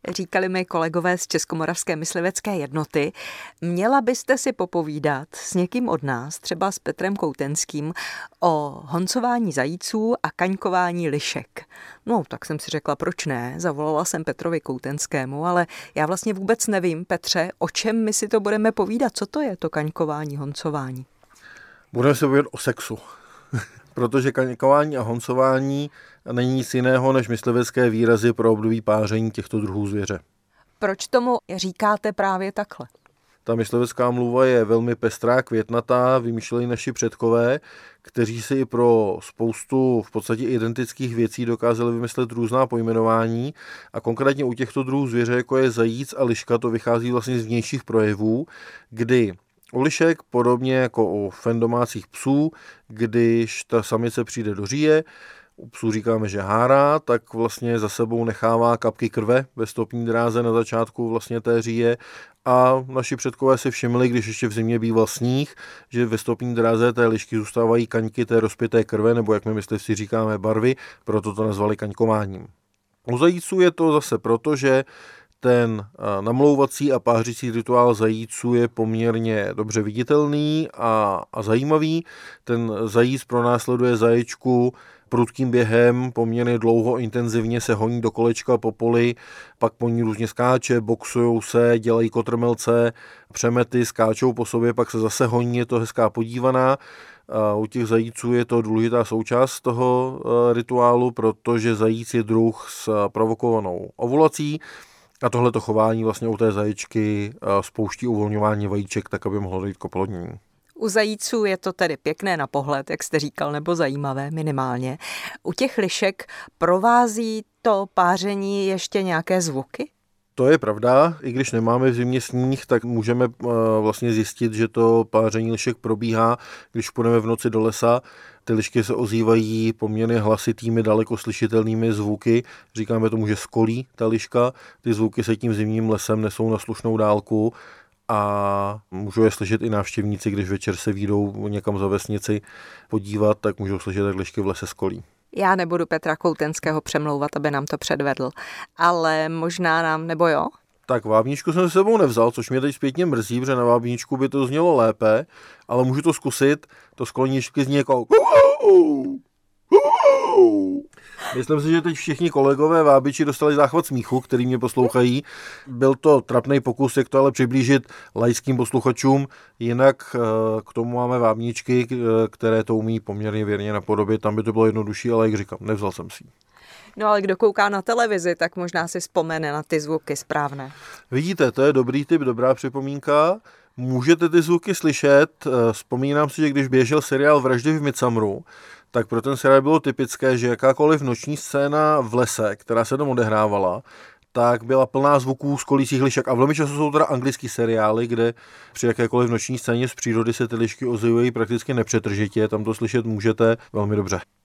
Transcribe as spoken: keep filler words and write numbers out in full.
říkali mi kolegové z Českomoravské myslivecké jednoty. Měla byste si popovídat s někým od nás, třeba s Petrem Koutenským, o honcování zajíců a kaňkování lišek. No, tak jsem si řekla, proč ne? Zavolala jsem Petrovi Koutenskému, ale já vlastně vůbec nevím, Petře, o čem my si to budeme povídat. Co to je to kaňkování, honcování? Budeme se povídat o sexu. Protože kaňkování a honcování není nic jiného než myslivecké výrazy pro období páření těchto druhů zvěře. Proč tomu říkáte právě takhle? Ta myslivecká mluva je velmi pestrá, květnatá, vymýšleli naši předkové, kteří si i pro spoustu v podstatě identických věcí dokázali vymyslet různá pojmenování a konkrétně u těchto druhů zvěře, jako je zajíc a liška, to vychází vlastně z vnějších projevů, kdy u lišek, podobně jako u fen domácích psů, když ta samice přijde do říje, u psů říkáme, že hárá, tak vlastně za sebou nechává kapky krve ve stopní dráze na začátku vlastně té říje a naši předkové si všimli, když ještě v zimě býval sníh, že ve stopní dráze té lišky zůstávají kaňky té rozpěté krve, nebo jak my myslivci říkáme barvy, proto to nazvali kaňkováním. U zajíců je to zase proto, že ten namlouvací a pářicí rituál zajíců je poměrně dobře viditelný a, a zajímavý. Ten zajíc pronásleduje zaječku prudkým během, poměrně dlouho, intenzivně se honí do kolečka po poli, pak po ní různě skáče, boxujou se, dělají kotrmelce, přemety, skáčou po sobě, pak se zase honí, je to hezká podívaná. A u těch zajíců je to důležitá součást toho rituálu, protože zajíc je druh s provokovanou ovulací, a tohleto chování vlastně u té zajíčky spouští uvolňování vajíček, tak aby mohlo dojít k oplodnění. U zajíců je to tedy pěkné na pohled, jak jste říkal, nebo zajímavé minimálně. U těch lišek provází to páření ještě nějaké zvuky? To je pravda, i když nemáme v zimě sníh, tak můžeme vlastně zjistit, že to páření lišek probíhá, když půjdeme v noci do lesa. Ty lišky se ozývají poměrně hlasitými, daleko slyšitelnými zvuky. Říkáme tomu, že skolí ta liška. Ty zvuky se tím zimním lesem nesou na slušnou dálku a můžou je slyšet i návštěvníci, když večer se výjdou někam za vesnici podívat, tak můžou slyšet, jak lišky v lese skolí. Já nebudu Petra Koutenského přemlouvat, aby nám to předvedl, ale možná nám, nebo jo? Tak vábničku jsem se sebou nevzal, což mě teď zpětně mrzí, protože na vábničku by to znělo lépe, ale můžu to zkusit. To skloníčky zní jako Myslím si, že teď všichni kolegové vábiči dostali záchvat smíchu, který mě poslouchají. Byl to trapný pokus, jak to ale přiblížit laickým posluchačům. Jinak k tomu máme vábničky, které to umí poměrně věrně napodobit. Tam by to bylo jednodušší, ale jak říkám, nevzal jsem si. No ale kdo kouká na televizi, tak možná si vzpomene na ty zvuky správné. Vidíte, to je dobrý tip, dobrá připomínka. Můžete ty zvuky slyšet. Vzpomínám si, že když běžel seriál Vraždy v Midsummeru, tak pro ten seriál bylo typické, že jakákoliv noční scéna v lese, která se tam odehrávala, tak byla plná zvuků z kolících lišek. A velmi často jsou teda anglický seriály, kde při jakékoliv noční scéně z přírody se ty lišky ozývají prakticky nepřetržitě. Tam to slyšet můžete velmi dobře.